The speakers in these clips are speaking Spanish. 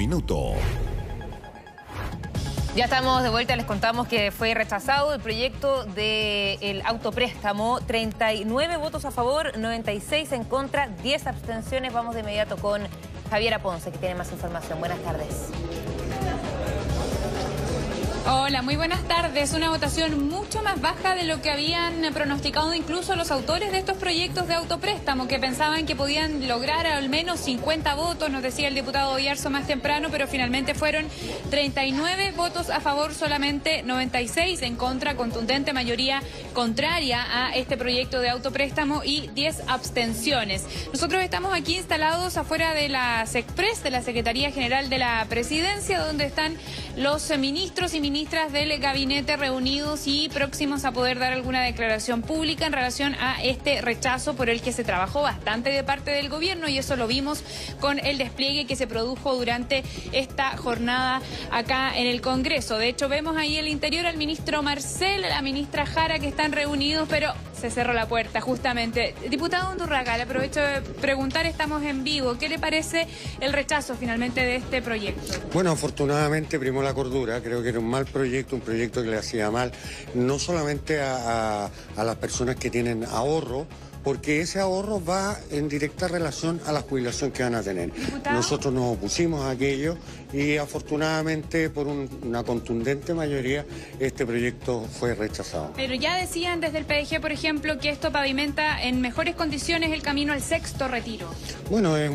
minuto. Ya estamos de vuelta, les contamos que fue rechazado el proyecto del autopréstamo. 39 votos a favor, 96 en contra, 10 abstenciones. Vamos de inmediato con Javiera Ponce, que tiene más información. Buenas tardes. Hola, muy buenas tardes. Una votación mucho más baja de lo que habían pronosticado incluso los autores de estos proyectos de autopréstamo, que pensaban que podían lograr al menos 50 votos, nos decía el diputado Oyarzo más temprano, pero finalmente fueron 39 votos a favor, solamente 96 en contra, contundente mayoría contraria a este proyecto de autopréstamo y 10 abstenciones. Nosotros estamos aquí instalados afuera de la SECPRES, de la Secretaría General de la Presidencia, donde están los ministros y ministras del gabinete reunidos y próximos a poder dar alguna declaración pública en relación a este rechazo por el que se trabajó bastante de parte del gobierno, y eso lo vimos con el despliegue que se produjo durante esta jornada acá en el Congreso. De hecho, vemos ahí el interior al ministro Marcel, a la ministra Jara, que están reunidos, pero se cerró la puerta justamente. Diputado Undurraga, le aprovecho de preguntar, estamos en vivo, ¿qué le parece el rechazo finalmente de este proyecto? Bueno, afortunadamente primó la cordura. Creo que era un mal proyecto, un proyecto que le hacía mal no solamente a las personas que tienen ahorro, porque ese ahorro va en directa relación a la jubilación que van a tener. ¿Diputado? Nosotros nos opusimos a aquello y afortunadamente por una contundente mayoría este proyecto fue rechazado. Pero ya decían desde el PDG, por ejemplo, que esto pavimenta en mejores condiciones el camino al sexto retiro. Bueno, es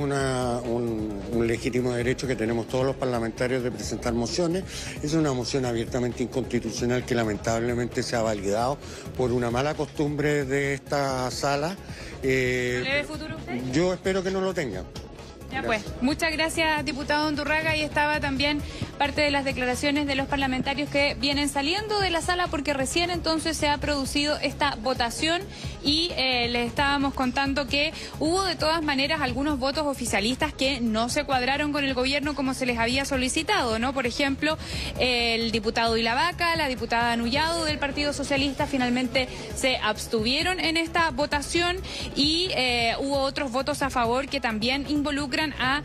un legítimo derecho que tenemos todos los parlamentarios de presentar mociones. Es una moción abiertamente inconstitucional que lamentablemente se ha validado por una mala costumbre de esta sala. ¿No le ve futuro usted? Yo espero que no lo tenga. Ya pues, muchas gracias, diputado Undurraga. Y estaba también parte de las declaraciones de los parlamentarios que vienen saliendo de la sala, porque recién entonces se ha producido esta votación y les estábamos contando que hubo de todas maneras algunos votos oficialistas que no se cuadraron con el gobierno como se les había solicitado, ¿no? Por ejemplo, el diputado Ilavaca, la diputada Anullado del Partido Socialista finalmente se abstuvieron en esta votación, y hubo otros votos a favor que también involucran a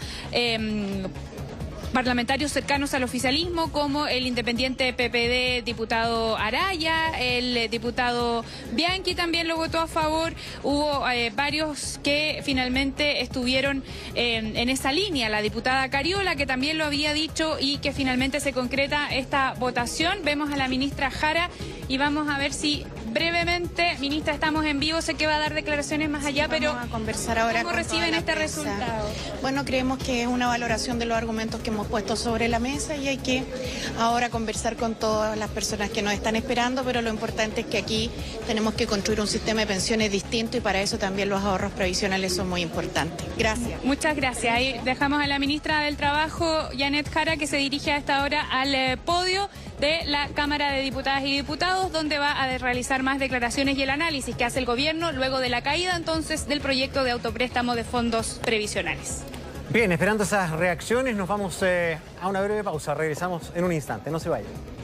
parlamentarios cercanos al oficialismo, como el independiente PPD diputado Araya, el diputado Bianchi también lo votó a favor. Hubo varios que finalmente estuvieron en esa línea, la diputada Cariola, que también lo había dicho, y que finalmente se concreta esta votación. Vemos a la ministra Jara y vamos a ver si brevemente, ministra, estamos en vivo, sé que va a dar declaraciones más allá, pero vamos a conversar ahora. ¿Cómo reciben este resultado? Bueno, creemos que es una valoración de los argumentos que hemos puesto sobre la mesa, y hay que ahora conversar con todas las personas que nos están esperando, pero lo importante es que aquí tenemos que construir un sistema de pensiones distinto, y para eso también los ahorros previsionales son muy importantes. Gracias. Muchas gracias. Ahí dejamos a la ministra del Trabajo, Janet Jara, que se dirige a esta hora al podio de la Cámara de Diputadas y Diputados, donde va a realizar más declaraciones y el análisis que hace el gobierno luego de la caída entonces del proyecto de autopréstamo de fondos previsionales. Bien, esperando esas reacciones, nos vamos a una breve pausa. Regresamos en un instante, no se vayan.